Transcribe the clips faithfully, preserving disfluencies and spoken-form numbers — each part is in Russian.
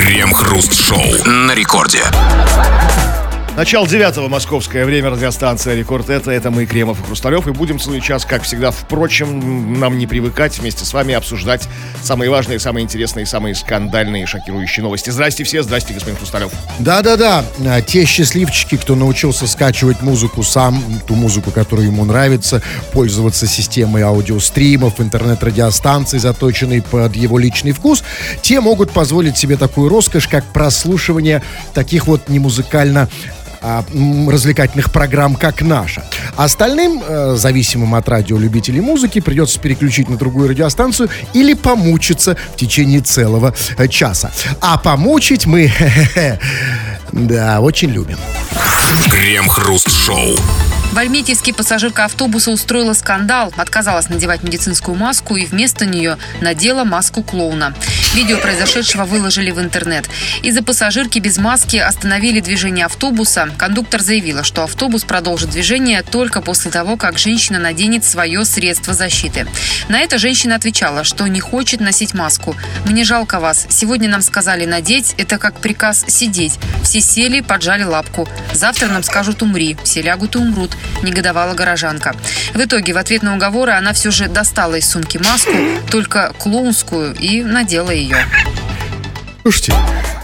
Крем-хруст-шоу на рекорде. Начало девятого, московское время, радиостанция «Рекорд». Это, это мы, Кремов и Хрусталев. И будем целый час, как всегда, впрочем, нам не привыкать, вместе с вами обсуждать самые важные, самые интересные, самые скандальные, шокирующие новости. Здрасте все, здрасте, господин Хрусталев. Да-да-да, те счастливчики, кто научился скачивать музыку сам, ту музыку, которая ему нравится, пользоваться системой аудиостримов, интернет-радиостанций, заточенной под его личный вкус, те могут позволить себе такую роскошь, как прослушивание таких вот немузыкально развлекательных программ, как наша. Остальным, э, зависимым от радиолюбителей музыки, придется переключить на другую радиостанцию или помучиться в течение целого э, часа. А помучить мы, да, очень любим. Крем-хруст-шоу. В Альметьевске пассажирка автобуса устроила скандал, отказалась надевать медицинскую маску и вместо нее надела маску клоуна. Видео произошедшего выложили в интернет. Из-за пассажирки без маски остановили движение автобуса. Кондуктор заявила, что автобус продолжит движение только после того, как женщина наденет свое средство защиты. На это женщина отвечала, что не хочет носить маску. «Мне жалко вас. Сегодня нам сказали надеть. Это как приказ сидеть. Все сели, поджали лапку. Завтра нам скажут «умри». Все лягут и умрут», — негодовала горожанка. В итоге в ответ на уговоры она все же достала из сумки маску, только клоунскую, и надела ее. Слушайте,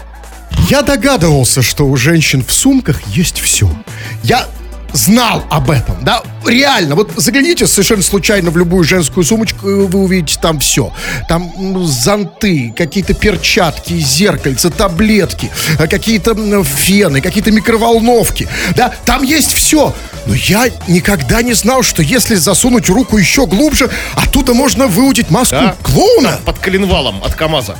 я догадывался, что у женщин в сумках есть все. Я знал об этом, да, реально. Вот загляните совершенно случайно в любую женскую сумочку, и вы увидите там все. Там ну, зонты, какие-то перчатки, зеркальца, таблетки, какие-то фены, какие-то микроволновки, да, там есть все. Но я никогда не знал, что если засунуть руку еще глубже, оттуда можно выудить маску да? клоуна. Под коленвалом от КамАЗа.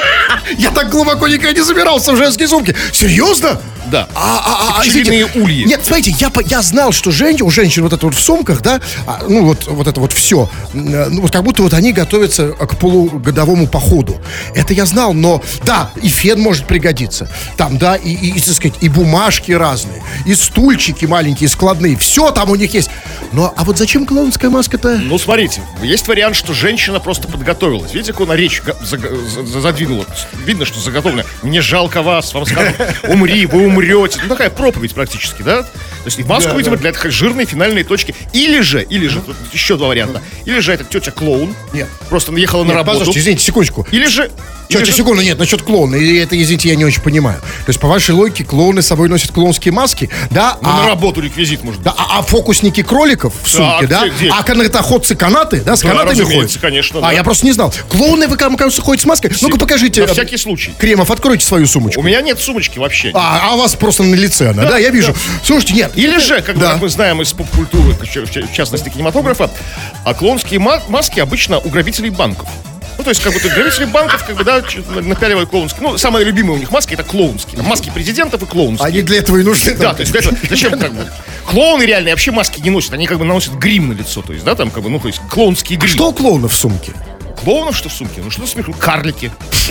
Я так глубоко никогда не забирался в женские сумки. Серьезно? Да. А, а, а, пчелиные ульи. Нет, смотрите, я, я знал, что женщин, у женщин вот это вот в сумках, да, а, ну вот, вот это вот все, ну вот как будто вот они готовятся к полугодовому походу. Это я знал, но да, и фен может пригодиться. Там, да, и, и, и так сказать, и бумажки разные, и стульчики маленькие, складные. Все там у них есть. Но, а вот зачем клоунская маска-то? Ну, смотрите, есть вариант, что женщина просто подготовилась. Видите, как она речь задвинула. Видно, что заготовлена. «Мне жалко вас, вам скажут, умри, вы умрете». Ну, такая проповедь практически, да? То есть маску, да, видимо, да. для такой жирной финальной точки. Или же, или же, тут еще два варианта. Или же это тетя клоун. Нет. Просто наехала Нет, на работу. Подождите, извините, секундочку. Или же... Тетя, секунду, нет, насчет клоуна. И это, извините, я не очень понимаю. То есть, по вашей логике, клоуны с собой носят клоунские маски, да? Ну, а, на работу реквизит, может быть. Да, а, а фокусники кроликов в сумке, да? да? Где, где? А канатоходцы канаты, да, с да, канатами ходят? Конечно, А, да. я просто не знал. Клоуны, вы, кажется, ходят с маской? Ну-ка, покажите. На всякий случай. Кремов, откройте свою сумочку. У меня нет сумочки вообще. А, а у вас просто на лице она, да, да я вижу. Да. Слушайте, нет. Или же, как, да. как мы знаем из поп-культуры, в частности кинематографа, а клоунские маски обычно у грабителей банков. Ну, то есть, как будто грабители банков, как бы, да, напяливают клоунские. Ну, самые любимые у них маски — это клоунские. Маски президентов и клоунские. Они для этого и нужны. Да, то есть, для этого, зачем, как бы, клоуны реально вообще маски не носят. Они, как бы, наносят грим на лицо, то есть, да, там, как бы, ну, то есть, клоунский грим. А что у клоунов в сумке? Клоунов что в сумке? Ну, что смешно? Карлики.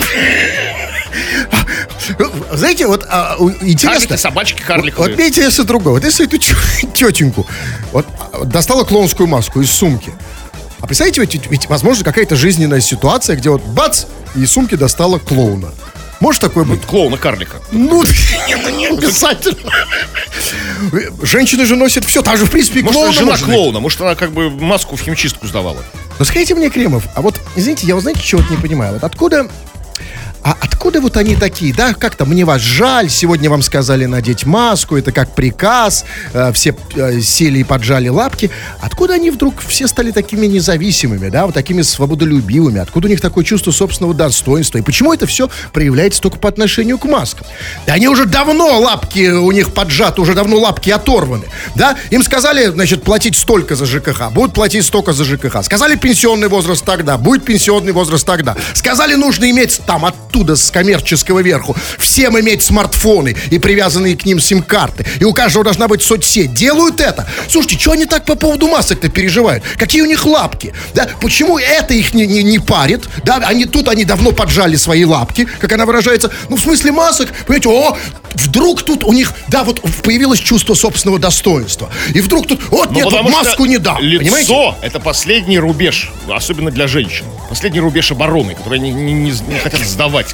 Знаете, вот а, интересно. Карлики, собачки, карликовые. Вот мне интересно другое. Вот если эту тетеньку вот, достала клоунскую маску из сумки, а представляете, ведь, ведь возможно какая-то жизненная ситуация, где вот бац, и из сумки достала клоуна. Может такое быть? Клоуна-карлика. Ну, не обязательно. Женщины же носят все. Там же, в принципе, клоуна. Может, жена клоуна. Может, она как бы маску в химчистку сдавала. Ну, скажите мне, Кремов, а вот, извините, я вот знаете, чего-то не понимаю. Вот откуда... А откуда вот они такие, да, как-то мне вас жаль, сегодня вам сказали надеть маску, это как приказ, э, все э, сели и поджали лапки. Откуда они вдруг все стали такими независимыми, да, вот такими свободолюбивыми? Откуда у них такое чувство собственного достоинства? И почему это все проявляется только по отношению к маскам? Да они уже давно лапки у них поджаты, уже давно лапки оторваны, да? Им сказали, значит, платить столько за ЖКХ, будут платить столько за ЖКХ. Сказали пенсионный возраст тогда, будет пенсионный возраст тогда. Сказали, нужно иметь там от оттуда с коммерческого верху всем иметь смартфоны и привязанные к ним сим-карты. И у каждого должна быть соцсеть. Делают это. Слушайте, что они так по поводу масок-то переживают? Какие у них лапки? Да? Почему это их не, не, не парит? Да? Они, тут они давно поджали свои лапки, как она выражается. Ну, в смысле масок, понимаете, о, вдруг тут у них, да, вот появилось чувство собственного достоинства. И вдруг тут, вот, ну, нет, вот маску не дам. Лицо понимаете? — это последний рубеж, особенно для женщин. Последний рубеж обороны, который они не, не, не хотят сдавать. Как бы.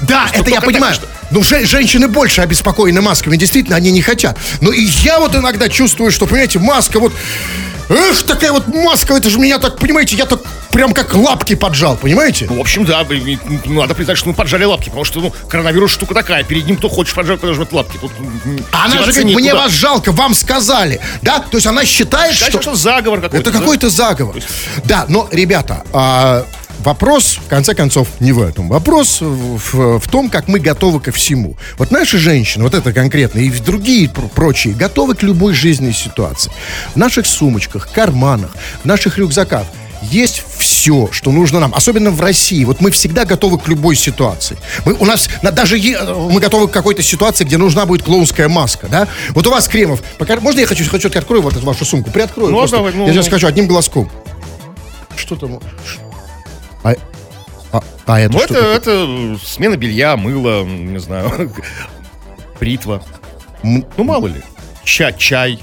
Да, это я понимаю. Что... Ну, же, женщины больше обеспокоены масками. Действительно, они не хотят. Но и я вот иногда чувствую, что, понимаете, маска вот... Эх, такая вот маска, это же меня так, понимаете, я так прям как лапки поджал, понимаете? Ну, в общем, да, надо признать, что мы поджали лапки, потому что, ну, коронавирус штука такая, перед ним кто хочешь поджать, подожмет лапки. Тут, она же говорит, мне вас жалко, вам сказали, да? То есть она считает, Считайте, что... что заговор какой-то. Это да? какой-то заговор. Есть... Да, но, ребята, а... вопрос, в конце концов, не в этом. Вопрос в, в, в том, как мы готовы ко всему. Вот наши женщины, вот это конкретно, и другие пр- прочие, готовы к любой жизненной ситуации. В наших сумочках, карманах, в наших рюкзаках есть все, что нужно нам. Особенно в России. Вот мы всегда готовы к любой ситуации. Мы, у нас даже е, мы готовы к какой-то ситуации, где нужна будет клоунская маска, да? Вот у вас, Кремов, пока, можно я хочу, хочу открою вот эту вашу сумку? Приоткрою. Ну, просто. давай, ну, я сейчас ну. скажу одним глазком. Что там? А, а, а это Ну, что это, такое? это смена белья, мыло, не знаю, бритва. М- Ну, мало ли. Чай, чай,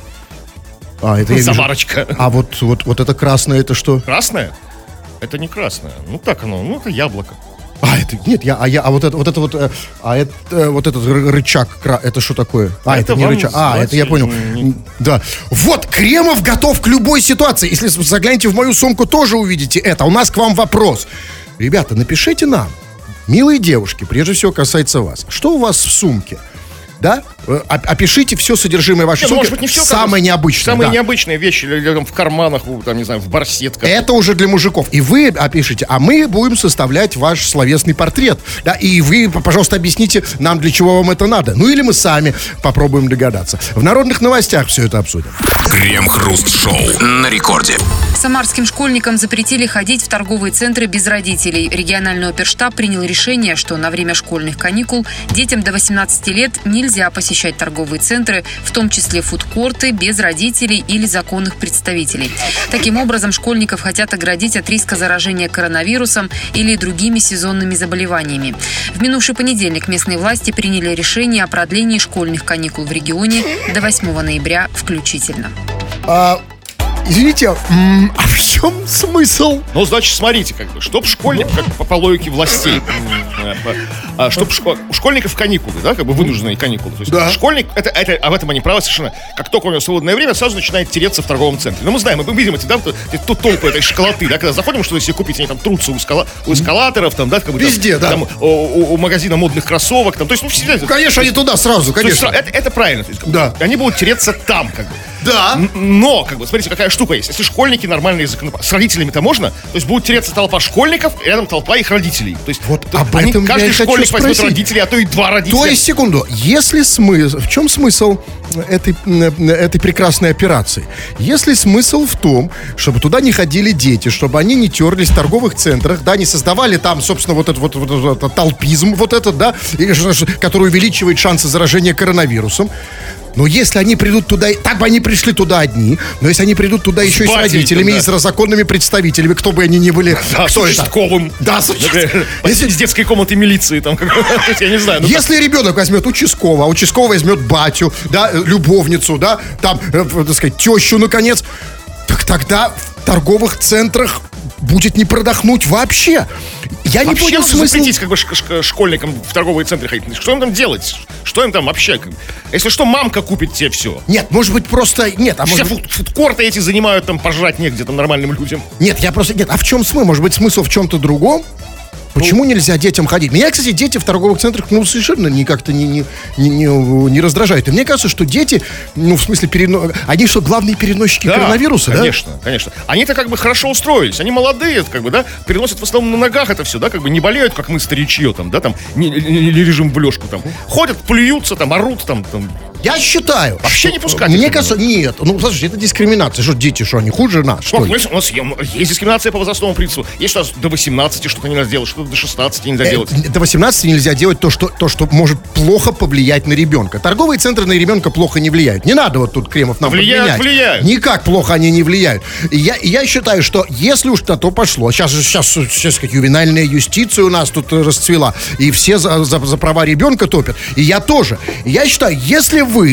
А, это я вижу. заварочка. А вот, вот, вот это красное, это что? Красное? Это не красное. Ну, так оно, ну, это яблоко. А, это, нет, я, а, я, а вот это вот, это вот, э, а это, э, вот этот ры- рычаг, кра- это что такое? А, это, Это не вам рычаг. А, сдать это я понял. не- Да. Вот, Кремов готов к любой ситуации. Если загляните в мою сумку, тоже увидите это. У нас к вам вопрос. Ребята, напишите нам, милые девушки, прежде всего касается вас. Что у вас в сумке? Да? Э, Опишите все содержимое вашей Не, ну, сумки. может быть, не все. Самое необычное. Самые да. необычные вещи, или, или там в карманах, в, там, не знаю, в барсетках. Это уже для мужиков. И вы опишите, а мы будем составлять ваш словесный портрет. Да, и вы, пожалуйста, объясните нам, для чего вам это надо. Ну или мы сами попробуем догадаться. В народных новостях все это обсудим. Крем-хруст-шоу на рекорде. Самарским школьникам запретили ходить в торговые центры без родителей. Региональный оперштаб принял решение, что на время школьных каникул детям до восемнадцати лет нельзя посещать торговые центры, в том числе фудкорты, без родителей или законных представителей. Таким образом, школьников хотят оградить от риска заражения коронавирусом или другими сезонными заболеваниями. В минувший понедельник местные власти приняли решение о продлении школьных каникул в регионе до восьмого ноября включительно. А, извините, м, а в чем смысл? Ну, значит, смотрите, как бы, чтоб школьник, как по, по логике властей, м, а, чтоб шко- у школьников каникулы, да, как бы вынужденные каникулы. То есть Да. школьник, это, это, об этом они правы совершенно. Как только у него свободное время, сразу начинает тереться в торговом центре. Ну, мы знаем, мы видим эти, да, вот эти тут толпы этой шоколаты, да, когда заходим, что если купить, они там трутся у, эскала, у эскалаторов, там, да, как бы, там, Везде, да. там, у, у- у магазина модных кроссовок, там, то есть, ну, все, Ну, конечно, они туда сразу, то есть, конечно. это, это правильно. То есть, как бы, Да. Они будут тереться там, как бы. Да. Н- Но, как бы, смотрите, какая штука есть. Если школьники нормальные, законопо- с родителями-то можно, то есть будет тереться толпа школьников, и рядом толпа их родителей. То есть Вот то- об они, этом я каждый и хочу школьник возьмет спросить. родителей, а то и два родителя. То есть, секунду, если смысл, в чем смысл этой, м, этой прекрасной операции? Если смысл в том, чтобы туда не ходили дети, чтобы они не терлись в торговых центрах, да, не создавали там, собственно, вот этот вот, вот, вот этот толпизм, вот этот, да, и ш- ш- который увеличивает шансы заражения коронавирусом. Но если они придут туда, так бы они пришли туда одни, но если они придут туда еще и с батей, родителями, да. и с законными представителями, кто бы они ни были, Да, кто с это? участковым. Да, с участковым. Если из детской комнаты милиции, там, как- я не знаю. ну, Если ребенок возьмет участкового, а участковый возьмет батю, да, э, любовницу, да, там, э, э, так сказать, тещу, наконец, так тогда в торговых центрах будет не продохнуть вообще. Я не Вообще понял нужно смысла. запретить как бы ш- ш- школьникам в торговые центры ходить. Что им там делать? Что им там вообще? как бы? Если что, мамка купит тебе все. Нет, может быть, просто... Нет, а Все может быть... фуд- фудкорты эти занимают, там пожрать негде там нормальным людям. Нет, я просто... Нет, а в чем смысл? Может быть, смысл в чем-то другом? Почему нельзя детям ходить? Меня, кстати, дети в торговых центрах, ну, совершенно не как-то не, не, не, не, не раздражают. И мне кажется, что дети, ну, в смысле, перено... они что, главные переносчики Да, коронавируса, да? конечно, конечно. Они-то как бы хорошо устроились, они молодые, как бы, да, переносят в основном на ногах это все, да, как бы не болеют, как мы, старичье, там, да, там, не, не- не лежим в лёжку, там, ходят, плюются, там, орут, там, там. Я считаю. Вообще что- не пускать Мне их кажется, нет. Ну, слушайте, это дискриминация. Что, дети, что, они хуже нас, что Как, ли? у нас е- есть дискриминация по возрастному принципу. Есть что до восемнадцати что-то нельзя делать, что-то до шестнадцати нельзя делать. Э, До восемнадцати нельзя делать то что, то, что может плохо повлиять на ребенка. Торговые центры на ребенка плохо не влияют. Не надо вот тут, Кремов, нам Влияют, подменять. влияют. Никак плохо они не влияют. И я, и я считаю, что если уж на то пошло, сейчас, сейчас, сейчас как ювенальная юстиция у нас тут э, расцвела, и все за, за, за права ребенка топят, и я тоже. И я считаю, если вы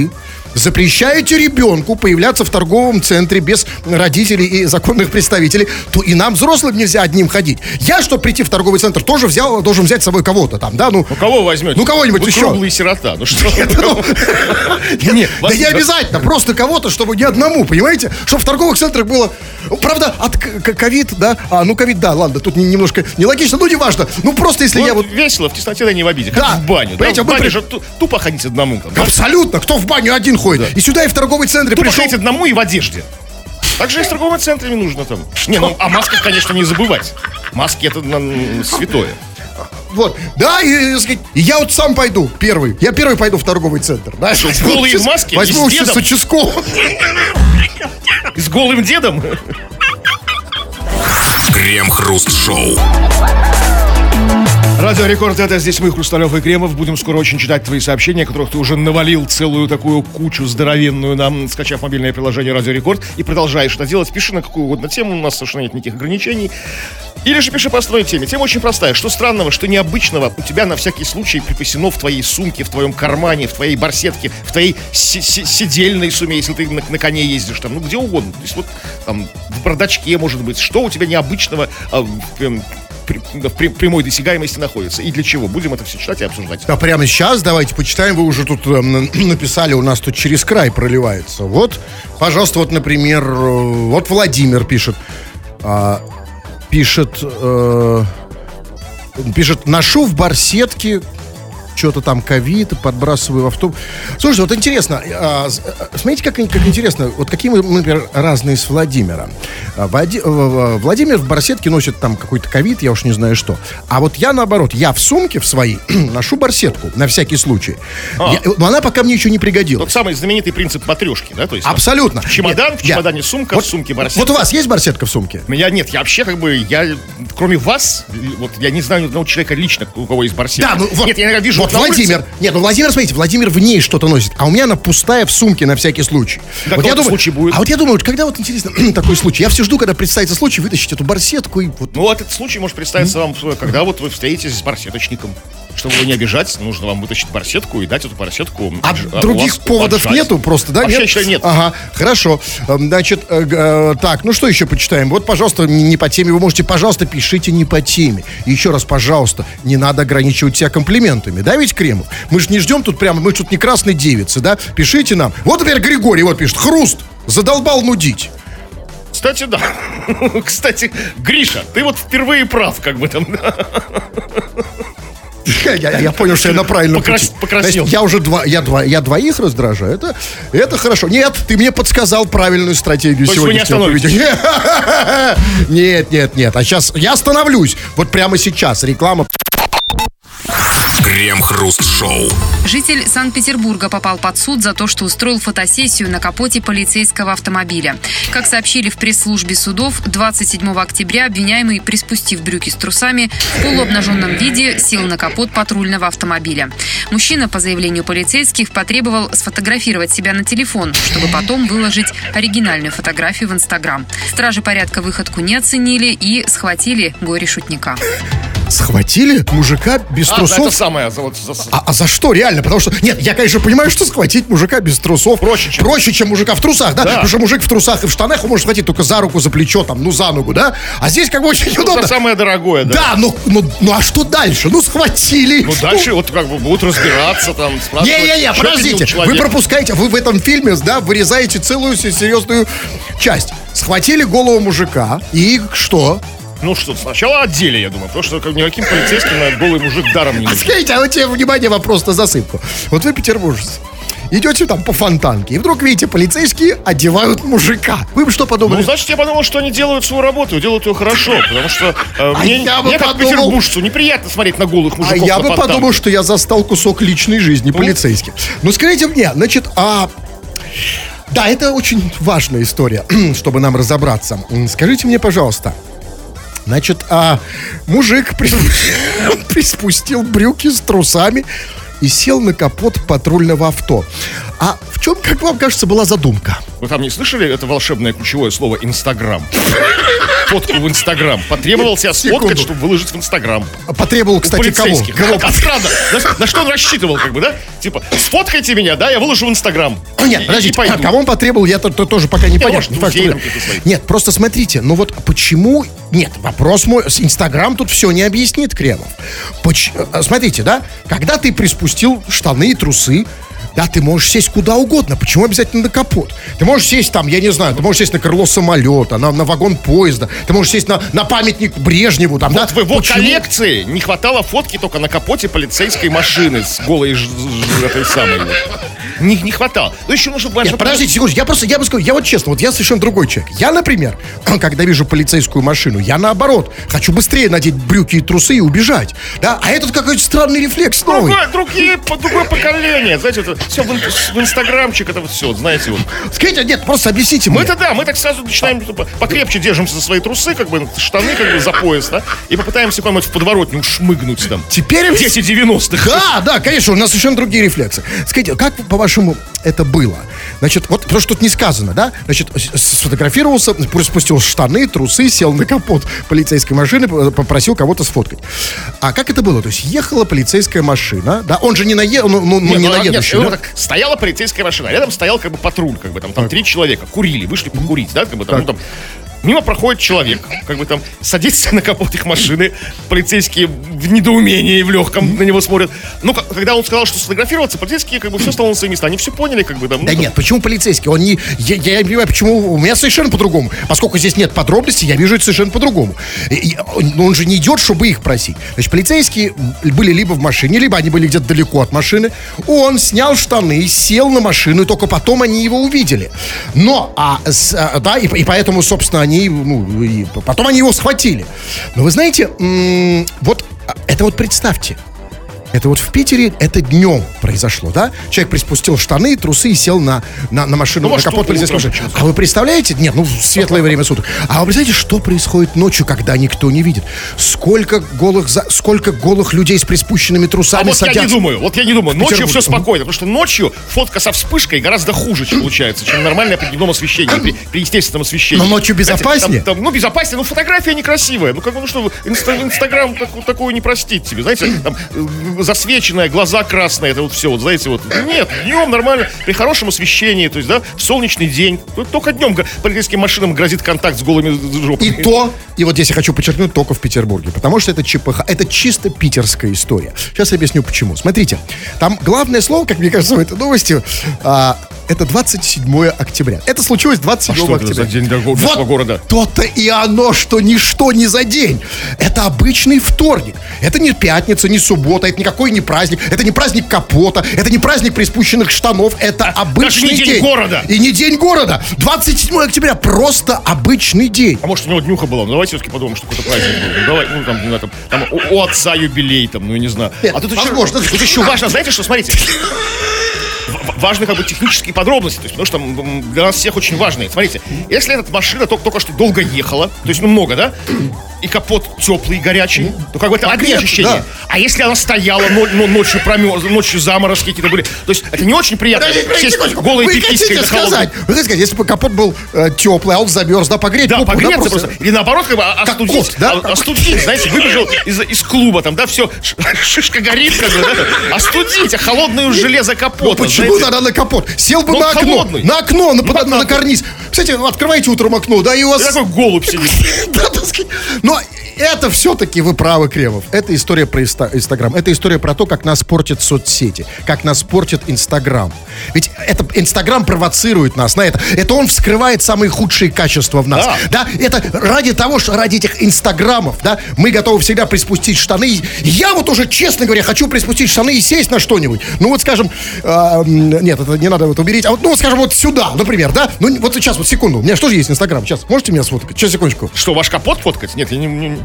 запрещаете ребенку появляться в торговом центре без родителей и законных представителей, то и нам, взрослым, нельзя одним ходить. Я, чтобы прийти в торговый центр, тоже взял, должен взять с собой кого-то там, да? Ну, Ну, кого вы возьмете? Ну, кого-нибудь Вы еще. круглый сирота. Ну, что? Не, да вас- не обязательно, просто кого-то, чтобы не одному, понимаете? Чтобы в торговых центрах было... Правда, от к- к- ковид, да? А, ну, ковид, да, ладно, тут не- немножко нелогично, ну, неважно. Ну, просто если я Вот вот... весело, в тесноте, да не в обиде. Как Да. в баню. Да, Понимаете, в мы бане при- же ту- тупо ходить одному. Там, да? Абсолютно, кто в баню один ходит. И сюда, и в торговый центр Тупо пришел... ходить одному и в одежде. Так же и в торговом центре не нужно там. Не, ну о масках, конечно, не забывать. Маски это м, святое. Вот, да, и, и, сказать, и я вот сам пойду, первый. Я первый пойду в торговый центр. Да? голый в маске? Возьму И с дедом? с участковым. И с голым дедом? Крем-хруст-шоу. Радио Рекорд, это здесь мы, Хрусталев и Кремов. Будем скоро очень читать твои сообщения, которых ты уже навалил целую такую кучу здоровенную нам, скачав мобильное приложение Радио Рекорд, и продолжаешь это делать. Пиши на какую угодно тему, у нас совершенно нет никаких ограничений. Или же пиши по основной теме. Тема очень простая. Что странного, что необычного у тебя на всякий случай припасено в твоей сумке, в твоем кармане, в твоей барсетке, в твоей си- си- сидельной суме, если ты на, на коне ездишь, там, ну где угодно. То есть вот там в бардачке, может быть, что у тебя необычного а, в, эм, при- в при- прямой досягаемости находится. И для чего? Будем это все читать и обсуждать. А прямо сейчас давайте почитаем. Вы уже тут эм, написали, у нас тут через край проливается. Вот, пожалуйста, вот, например, э, вот Владимир пишет. а, Пишет, э, пишет, ношу в барсетке что-то там ковид, подбрасываю в автобус. Слушайте, вот интересно, а, с- а, смотрите, как, как интересно, вот какие мы, например, разные с Владимиром. А, Влади- в- Владимир в барсетке носит там какой-то ковид, я уж не знаю что. А вот я наоборот, я в сумке в своей ношу барсетку на всякий случай. А. Я- но она пока мне еще не Тот пригодилась. самый знаменитый принцип матрешки, да? То есть Абсолютно. в чемодан, Нет, в я- чемодане сумка, вот, в сумке барсетка. Вот у вас есть барсетка в сумке? У меня нет, я вообще как бы, я, кроме вас, вот я не знаю ни одного человека лично, у кого есть барсетка. Да, ну вот, Нет, я иногда вижу вот на Владимир. улице. Нет, ну Владимир, смотрите, Владимир в ней что-то носит, а у меня она пустая в сумке на всякий случай. Да, вот я какой думаю, случай будет? А вот я думаю, вот когда вот интересно такой случай, я все жду, когда представится случай, вытащить эту барсетку и вот. Ну, этот случай может представиться вам, когда вот вы встретитесь с барсеточником. Чтобы его не обижать, нужно вам вытащить барсетку и дать эту барсетку. А отж- у других вас поводов отжать. нету просто, да? Вообще, нет? я считаю, нет. Ага, хорошо. Эм, Значит, э, г- э, так, ну что еще почитаем? Вот, пожалуйста, не не по теме. Вы можете, пожалуйста, пишите не по теме. И еще раз, пожалуйста, не надо ограничивать себя комплиментами. Да, ведь, Кремов? Мы же не ждем тут прямо, мы ж тут не красные девицы, да? Пишите нам. Вот, например, Григорий вот пишет. Хруст, задолбал нудить. Кстати, да. Кстати, Гриша, ты вот впервые прав, как бы там. Я, я- я понял, что я на правильном Покрас- пути. покраснел. Значит, я уже два, я, два, я двоих раздражаю. Это, это хорошо. Нет, ты мне подсказал правильную стратегию То есть вы не сегодняшнего остановитесь? поведения. Нет, нет, нет. А сейчас я остановлюсь. Вот прямо сейчас. Реклама. Крем-хруст-шоу. Житель Санкт-Петербурга попал под суд за то, что устроил фотосессию на капоте полицейского автомобиля. Как сообщили в пресс-службе судов, двадцать седьмого октября обвиняемый, приспустив брюки с трусами, в полуобнаженном виде сел на капот патрульного автомобиля. Мужчина, по заявлению полицейских, потребовал сфотографировать себя на телефон, чтобы потом выложить оригинальную фотографию в Инстаграм. Стражи порядка выходку не оценили и схватили горе-шутника. Схватили мужика без А, трусов. это самое. за- вот за- А, а за что реально? Потому что, нет, я, конечно, понимаю, что схватить мужика без трусов Проще, чем- проще, чем мужика в трусах, да? Да. Потому что мужик в трусах и в штанах он может схватить только за руку, за плечо, там, ну, за ногу, да? А здесь как бы очень Ну, удобно. за самое дорогое, да. Да, ну, ну, ну, а что дальше? Ну, схватили. Ну, дальше вот как бы будут разбираться там, спрашивать. Не-не-не, что подождите, видел человек. вы пропускаете, вы в этом фильме, да, вырезаете целую се- серьезную часть. Схватили голову мужика, и что? Ну что, сначала отдели, я думаю, потому что как, никаким полицейским на голый мужик даром не А нужен. скажите, а вот тебе, внимание, вопрос на засыпку. Вот вы петербуржец, идете там по фонтанке, и вдруг видите, полицейские одевают мужика. Вы бы что подумали? Ну, значит, я подумал, что они делают свою работу, делают ее хорошо, потому что э, А мне, я бы мне как подумал- петербуржцу неприятно смотреть на голых А мужиков я на бы фонтанке. подумал, что я застал кусок личной жизни полицейских. Ну, скажите мне, значит, а... Да, это очень важная история, чтобы нам разобраться. М, Скажите мне, пожалуйста, значит, а мужик при- приспустил брюки с трусами и сел на капот патрульного авто. А в чем, как вам кажется, была задумка? Вы там не слышали это волшебное ключевое слово «Инстаграм»? Фотку в Инстаграм. Потребовал себя сфоткать, чтобы выложить в Инстаграм. Потребовал, кстати, кого? кого? А странно. На, на что он рассчитывал, как бы, да? Типа, сфоткайте меня, да, я выложу в Инстаграм. Ну, нет, и, подождите, и а кого он потребовал, я то, то, тоже пока не я, понятно. может, Не факт, друзей что- там каких-то своих. Нет, просто смотрите, ну вот почему... Нет, вопрос мой, с Инстаграм тут все не объяснит, Кремов. Поч- э, Смотрите, да, когда ты приспустил штаны и трусы, да, ты можешь сесть куда угодно. Почему обязательно на капот? Ты можешь сесть там, я не знаю, ты можешь сесть на крыло самолета, на, на вагон поезда, ты можешь сесть на, на памятник Брежневу. Там, Вот да? в его Почему? коллекции не хватало фотки только на капоте полицейской машины с голой ж- ж- этой самой. вот. Не, не хватало. Ну еще нужно... Нет, подождите секунду, я просто, я бы сказал, я вот честно, вот я совершенно другой человек. Я, например, когда вижу полицейскую машину, я наоборот, хочу быстрее надеть брюки и трусы и убежать. Да, а этот какой-то странный рефлекс новый. Другое, другие, по- другое поколение. Знаете, это все в, ин- в инстаграмчик, это вот все, знаете, вот. Скажите, нет, просто объясните мне. Мы-то да, мы так сразу начинаем типа, покрепче держимся за свои трусы, как бы штаны, как бы за пояс, да, и попытаемся куда-нибудь в подворотню шмыгнуть там. Теперь... Дети девяностых. Да, да, конечно, у нас совершенно другие рефлексы. Скажите, как, по-вашему, это было? Значит, вот, потому что тут не сказано, да? Значит, с- сфотографировался, спустил штаны, трусы, сел на капот полицейской машины, п- попросил кого-то сфоткать. А как это было? То есть ехала полицейская машина, да? Он же не, нае... ну, ну, Нет, не ну, наедущий, нет, да? ну, так, стояла полицейская машина, а рядом стоял как бы патруль, как бы там, там три человека, курили, вышли покурить, да, как бы там, ну, там мимо проходит человек, как бы там садится на капот их машины, полицейские в недоумении, в легком на него смотрят. Ну, к- когда он сказал, что сфотографироваться, полицейские как бы все стало на свои места, они все поняли, как бы там. ну, Да там, нет, почему полицейский? Он не... Я, я не понимаю, почему... У меня совершенно по-другому. Поскольку здесь нет подробностей, я вижу это совершенно по-другому. И- и он, он же не идет, чтобы их просить. Значит, полицейские были либо в машине, либо они были где-то далеко от машины. Он снял штаны, сел на машину, и только потом они его увидели. Но, а, с- а, да, и, и поэтому, собственно, они... Ну, и потом они его схватили. Но вы знаете, м- вот а, это вот представьте. Это вот в Питере, это днем произошло, да? Человек приспустил штаны, трусы и сел на, на, на машину, Ну, на может, капот утром, полицейской утром машины. А вы представляете? Нет, ну, в светлое время суток. А вы представляете, что происходит ночью, когда никто не видит? Сколько голых, за- сколько голых людей с приспущенными А трусами вот я садятся? не думаю, вот я не думаю. Ночью Петербурге. все спокойно, потому что ночью фотка со вспышкой гораздо хуже получается, чем нормальное при дневном освещении, при, при естественном освещении. Но ночью Знаете, безопаснее? там- там, ну, безопаснее, но фотография некрасивая. Ну, как бы, ну что, вы, инста- Инстаграм так- такую не простит тебе. Знаете, там э, засвеченная, глаза красные, это вот все, вот, знаете, вот. Нет, днем нормально, при хорошем освещении, то есть, да, в солнечный день. Только днем полицейским машинам грозит контакт с голыми жопами. И то, и вот здесь я хочу подчеркнуть, только в Петербурге. Потому что это ЧПХ. Это чисто питерская история. Сейчас я объясню, почему. Смотрите, там главное слово, как мне кажется, в этой новости, а, это двадцать седьмое октября. Это случилось двадцать седьмого А что это октября. за день для го- для вот города? То-то и оно, что ничто не за день. Это обычный вторник. Это не пятница, не суббота, это никакой не праздник. Это не праздник капота, это не праздник приспущенных штанов. Это обычный не день города. И не день города. двадцать седьмое октября просто обычный день. А может, у него днюха была? Ну, давайте все-таки подумаем, что какой-то праздник был. Ну, давай, ну, там, не знаю, там, там у, у отца юбилей, там, ну, я не знаю. Нет, а тут возможно. еще, тут еще важно, знаете, что, смотрите, в- важны как бы технические подробности, то есть, потому что м, для нас всех очень важные. Смотрите, если эта машина только, только что долго ехала, то есть, ну, много, да, и капот теплый, горячий, то как бы это одни Нет, ощущения. да. А если она стояла, но, но ночью промерз, ночью заморозки какие-то были, то есть, это не очень приятно. Сесть голой Вы пиписькой хотите на холодном- сказать, вы хотите сказать, если бы капот был э, теплый, а он замерз, да, погреть Да, попу, погреться просто. просто. Или наоборот, как бы а- Как остудить, кот, да? а- остудить, знаете, выбежал из, из клуба, там, да, все, шишка горит, как бы, да, остудить, а холодное железо Ну, капота, почему знаете. надо на капот? Сел бы Ну, на окно, холодный. на окно, на, Ну, под- на как карниз. Кстати, ну, открываете утром окно, да, и у вас... И такой голубь сидит. Да, так сказать. Но это все-таки вы правы, Кремов. Это история про инста- Инстаграм. Это история про то, как нас портят соцсети, как нас портит Инстаграм. Ведь это Инстаграм провоцирует нас на это. Это он вскрывает самые худшие качества в нас. Да. Да, это ради того, что ради этих Инстаграмов, да, мы готовы всегда приспустить штаны. Я вот уже, честно говоря, хочу приспустить штаны и сесть на что-нибудь. Ну вот, скажем, э, нет, это не надо вот уберите. А вот, ну вот, скажем, вот сюда, например, да. Ну вот сейчас, вот секунду. У меня что же есть Инстаграм? Сейчас, можете меня сфоткать? Сейчас, секундочку. Что, ваш капот фоткать? Нет, я не... не-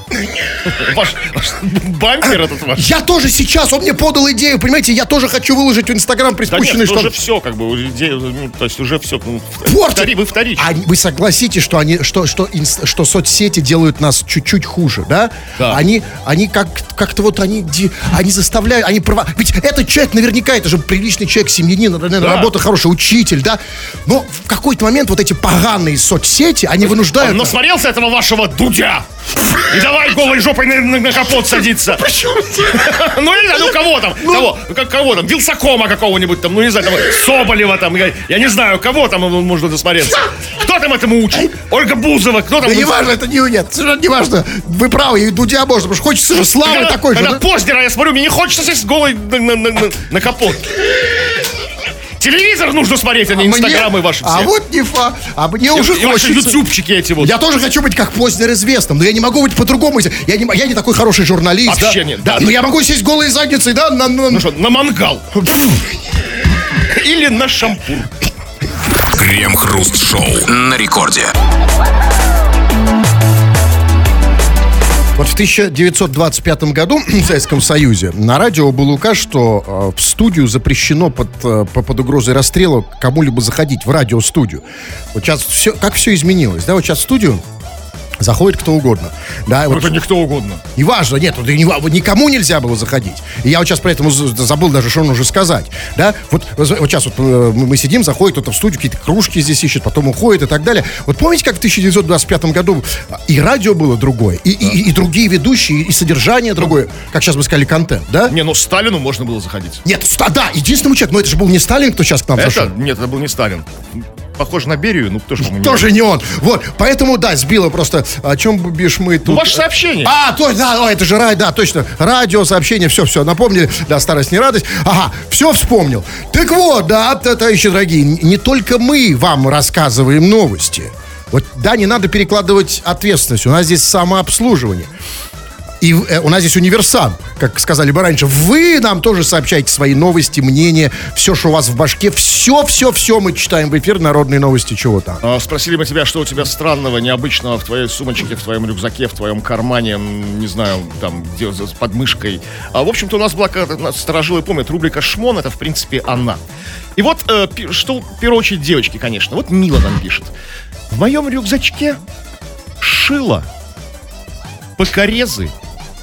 Ваш, ваш бампер этот ваш. Я тоже сейчас, он мне подал идею, понимаете, я тоже хочу выложить в Инстаграм приспущенные да нет, штаны. уже все, как бы, уже идея, ну, то есть уже все. Ну, Портит. втори, вы вторичны. А вы согласитесь, что они, что, что, инс- что соцсети делают нас чуть-чуть хуже, да? Да. Они, они как, как-то вот они, ди- они заставляют, они права. Ведь этот человек наверняка, это же приличный человек, семьянин, наверное, Да. работа хорошая, учитель, да? Но в какой-то момент вот эти поганые соцсети, они вынуждают. Он насмотрелся этого вашего Дудя. И давай голой жопой на, на- на капот садиться. Почему? Ну, я не знаю, ну кого там? Кого? Как, кого там? Вилсакома какого-нибудь там, ну не знаю, там, Соболева там, я, я не знаю, кого там он может насмотреться. Кто там этому учит? Ольга Бузова, кто там? Да не важно, это не, нет, совершенно не важно. Вы правы, и Дудя можно, потому что хочется же славы Когда, такой же. когда да? Познера я смотрю, мне не хочется сесть голой на, на- на- на- на капот. Телевизор нужно смотреть, а не Мне- инстаграмы ваши все. А вот не фа. А мне уже И ваши хочется. ютубчики эти вот. Я тоже хочу быть как Познер известным, но я не могу быть по-другому. Я не, я не такой хороший журналист. Вообще да? нет, Да, да. но я могу сесть голой задницей, да? На, на- Ну что, на мангал. Или на шампур. Крем-хруст-шоу на рекорде. Вот в тысяча девятьсот двадцать пятом году в Советском Союзе на радио был указ, что э, в студию запрещено под, э, по- под угрозой расстрела кому-либо заходить в радиостудию. Вот сейчас все, как все изменилось, да? Вот сейчас в студию заходит кто угодно. Да, вот, Это не кто угодно. неважно, нет, вот не ва- вот никому нельзя было заходить. И я вот сейчас поэтому з- забыл даже, что нужно сказать. Да, вот, вот сейчас вот э, мы мы сидим, заходит кто-то в студию, какие-то кружки здесь ищет, потом уходит и так далее. Вот помните, как в тысяча девятьсот двадцать пятом году и радио было другое, и, и- и другие ведущие, и содержание другое, как сейчас мы сказали, контент, да? Не, ну Сталину можно было заходить. Нет, ста- да, единственный человек, но это же был не Сталин, кто сейчас к нам зашел. Это, нет, это был не Сталин. Похоже на Берию, ну тоже, по-моему, не Тоже не он. Вот, поэтому, да, сбило просто. О чем бишь мы тут? Ну, ваше сообщение. А, точно, да, о, это же рай, да, точно. Радио, сообщение, все, все, напомнили. Да, старость, не радость. Ага, все вспомнил. Так вот, да, товарищи дорогие, не не только мы вам рассказываем новости. Вот, да, не надо перекладывать ответственность. У нас здесь самообслуживание. И э, у нас здесь универсам, как сказали бы раньше. Вы нам тоже сообщаете свои новости, мнения, все, что у вас в башке. Все-все-все мы читаем в эфир, народные новости, чего там. А, Спросили мы тебя, что у тебя странного, необычного в твоей сумочке, в твоем рюкзаке, в твоем кармане, м, не знаю, там, где за- под мышкой. А, в общем-то, у нас была, когда нас сторожилы помнят, рубрика «Шмон», это, в принципе, она. И вот, э, пи- что, в первую очередь, девочки, конечно. Вот Мила нам пишет. В моем рюкзачке шило, бокорезы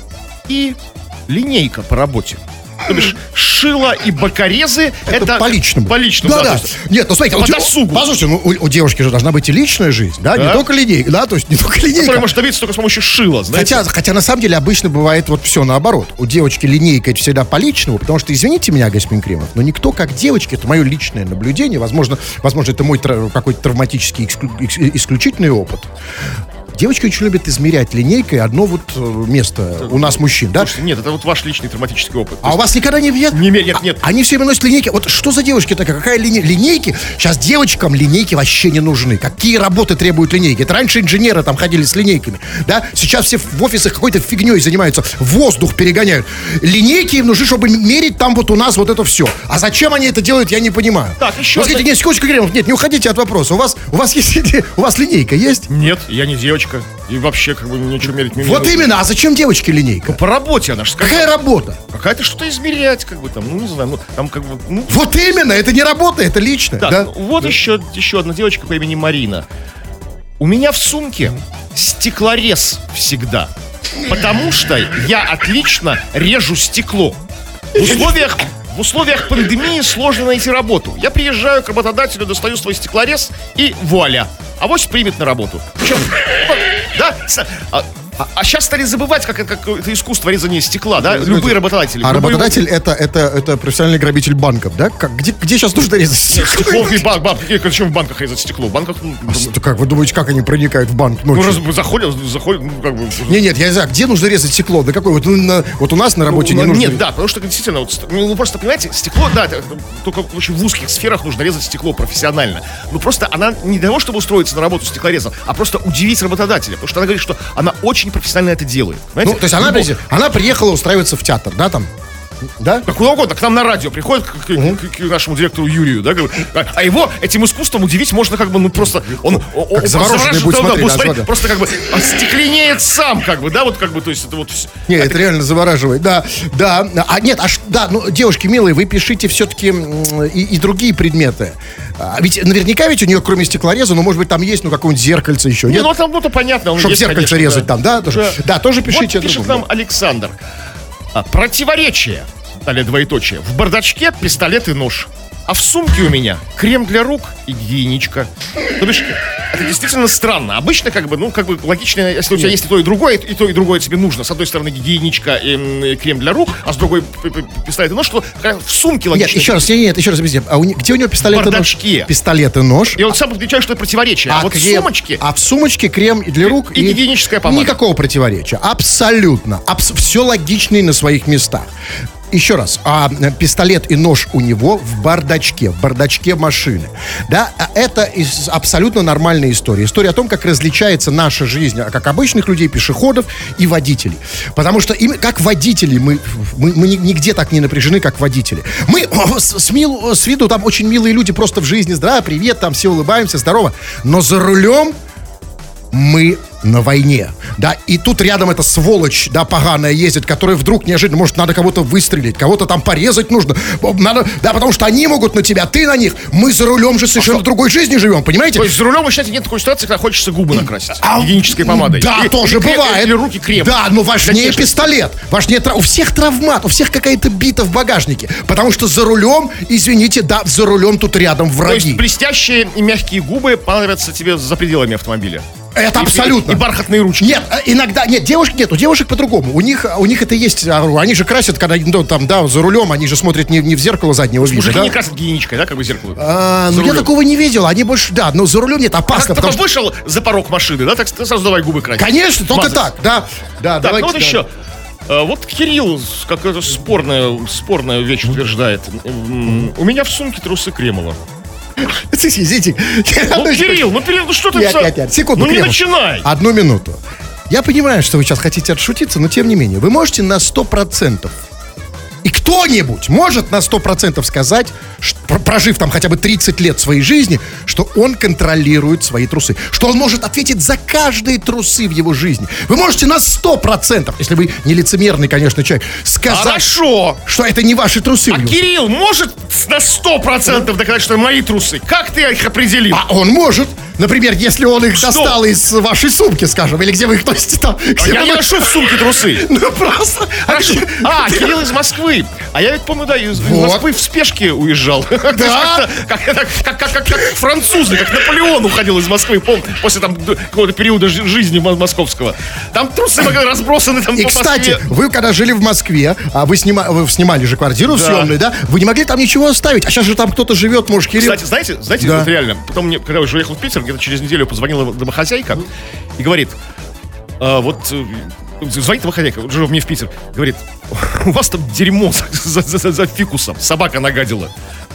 и линейка по работе. То бишь, шило и бокорезы это, Это по личному. По личному, Да, да. да. то есть Нет, ну смотрите, по у те- досугу. послушайте, ну, у, у девушки же должна быть и личная жизнь, да, не Да. только линейка, да, то есть не только линейка. который может добиться только с помощью шила, знаете. Хотя, хотя на самом деле обычно бывает вот все наоборот. У девочки линейка это всегда по личному, потому что, извините меня, господин Кремов, но никто как девочки, это мое личное наблюдение, возможно, возможно это мой тра- какой-то травматический эксклю- экс- исключительный опыт. Девочки очень любят измерять линейкой одно вот э, место у нас мужчин, да? Слушайте, нет, это вот ваш личный травматический опыт. А у вас никогда не нет? Не, нет, нет. А- Они все время носят линейки. Вот что за девочки такая? Какая лине- линейки? Сейчас девочкам линейки вообще не нужны. Какие работы требуют линейки? Это раньше инженеры там ходили с линейками, да? Сейчас все в офисах какой-то фигней занимаются. Воздух перегоняют. Линейки им нужны, чтобы мерить там вот у нас вот это все. А зачем они это делают, я не понимаю. Так, еще Вы скажите, одна- нет, секундочку, Кремов, нет, не уходите от вопроса. У вас, у вас есть идея? У вас линейка есть? Нет, я не девочка. И вообще, как бы, ничего мерить мне не Вот нужно. именно, а зачем девочке линейка? По работе она же сказала. Какая работа? Какая-то что-то измерять, как бы там, ну, не знаю, ну, там как бы, ну, Вот именно, это не работа, это личное. так, да? ну, вот еще, еще одна девочка по имени Марина. У меня в сумке стеклорез всегда, потому что я отлично режу стекло. В условиях, в условиях пандемии сложно найти работу. Я приезжаю к работодателю, достаю свой стеклорез и вуаля. Авось примет на работу. Причем, да, с- а, а- а сейчас стали забывать, как, это- как это искусство резания стекла, да? Любые работодатели. А любые- работодатель это, это, это профессиональный грабитель банков, да? Как, где, где сейчас нужно резать стекло? Стекло в банк, банк, зачем в банках резать стекло? В банках, ну, Да как вы думаете, как они проникают в банк ну, ночью? раз- заходят, заходят, ну, как бы... Не, нет, я не знаю, где нужно резать стекло? Да какой? Вот, ну, на- вот у нас на работе Ну, не нужно. Нет, да, потому что действительно, вот, ст- ну, просто, понимаете, стекло, да, это, это только очень в узких сферах нужно резать стекло профессионально. Ну, просто она не для того, чтобы устроиться на работу стеклорезом, а просто удивить работодателя, потому что она говорит, что она очень профессионально это делает. Понимаете? Ну, то есть она, Любого- подождите, она приехала устраиваться в театр, да, там? Да? Как куда угодно, к нам на радио приходит, к, к- к- к нашему директору Юрию, да, говорит, а, а его этим искусством удивить можно как бы, ну, просто, он, о- о- Как завороженный завораживает, будет да, да, смотреть, будет да, смотреть, да. просто как бы остекленеет сам, как бы, да, вот как бы, то есть это вот... вс- Не, это реально завораживает, да, да. А нет, а ш- да, ну, девушки милые, вы пишите все-таки и, и другие предметы. А ведь наверняка ведь у нее, кроме стеклореза, ну, может быть, там есть, ну, какое-нибудь зеркальце еще, Не, нет? ну, там, ну, то понятно. он Чтобы есть, зеркальце конечно, резать там, да? Тоже, да. тоже пишите. Вот пишет другому. нам Александр. А, противоречие, далее двоеточие. В бардачке пистолет и нож. А в сумке у меня крем для рук и гигиеничка. То бишь, это действительно странно. Обычно, как бы, ну, как бы логично, если у тебя есть и то, и другое, и то, и другое тебе нужно. С одной стороны, гигиеничка и м, крем для рук, а с другой п- п- пистолет и нож, что как, в сумке Нет, логично. еще раз, нет, нет, еще раз объясни. А у не- где у него пистолет и нож? бардачке. Пистолет и нож. И он сам отвечает, что это противоречие. А, вот в крем- сумочке... А в сумочке крем для рук и гигиеническая помада. Никакого противоречия. Абсолютно. Абс- все логично и на своих местах. Еще раз, а э, пистолет и нож у него в бардачке, в бардачке машины. Да, а это из- абсолютно нормальная история. История о том, как различается наша жизнь, а как обычных людей, пешеходов и водителей. Потому что им, как водители мы, мы, мы ни- нигде так не напряжены, как водители. Мы о, с, с мил- с виду там очень милые люди просто в жизни. Здравия, привет, там все улыбаемся, здорово. Но за рулем мы на войне, да, и тут рядом эта сволочь, да, поганая ездит, которая вдруг неожиданно, может, надо кого-то выстрелить, кого-то там порезать нужно, надо, да, потому что они могут на тебя, ты на них, мы за рулем же совершенно А другой жизни живем, понимаете? То есть за рулем, вы считаете, нет такой ситуации, когда хочется губы накрасить А, гигиенической помадой? Да, Или- тоже или крем- бывает. Или руки крем. Да, но важнее Конечно. пистолет. Важнее тра- У всех травмат, у всех какая-то бита в багажнике. Потому что за рулем, извините, да, за рулем тут рядом То враги. есть блестящие и мягкие губы понравятся тебе за пределами автомобиля. Это И- абсолютно. И, и бархатные ручки. Нет, э, иногда, нет, девушек нет, у девушек по-другому. У них, у них это есть, а, они же красят, когда, ну, там, да, за рулем, они же смотрят не, не в зеркало заднего вида, Мужики да? не красят гигиеничкой, да, как бы зеркало. А, За ну, я рулем. такого не видел, они больше, да, но за рулем нет, Как опасно, только потому что... вышел за порог машины, да, так ты сразу давай губы красить. Конечно, только Мазать. так, да, да, Так, давайте, ну вот да. еще. А, Вот Кирилл какая-то спорная, спорная вещь утверждает. М, У меня в сумке трусы Кремова. Извините. Ну, Кирилл, ну, Кирилл, ну что ты... Нет, за- нет, нет, секунду, Ну, не Кремов. начинай. Одну минуту. Я понимаю, что вы сейчас хотите отшутиться, но тем не менее, вы можете на сто процентов, и кто-нибудь может на сто процентов сказать, ш- про- прожив там хотя бы тридцать лет своей жизни, что он контролирует свои трусы, что он может ответить за каждые трусы в его жизни. Вы можете на сто процентов, если вы не лицемерный, конечно, человек, сказать, Хорошо. что это не ваши трусы. А Кирилл может на сто процентов доказать, что это мои трусы? Как ты их определил? А он может. Например, если он их Что? достал из вашей сумки, скажем, или где вы их носите там. А где я вы- не ношу в сумке трусы. Ну просто. Хорошо. А, Кирилл из Москвы. А я ведь помню, да, из, из Вот. Москвы в спешке уезжал. Да? Как, как, как, как, как французы, как Наполеон уходил из Москвы пом- после там д- какого-то периода жи- жизни мо- московского. Там трусы были разбросаны там И, по кстати, Москве. вы когда жили в Москве, а вы, снима- вы снимали же квартиру Да. съемную, да? Вы не могли там ничего оставить. А сейчас же там кто-то живет, может, Кирилл. Кстати, знаете, знаете, Да. вот реально, потом мне, когда я уже уехал в Питер, где-то через неделю позвонила домохозяйка и говорит, «А, вот, э, звонит домохозяйка, вот живу мне в Питер, говорит, у вас там дерьмо за, за- за- за фикусом, собака нагадила.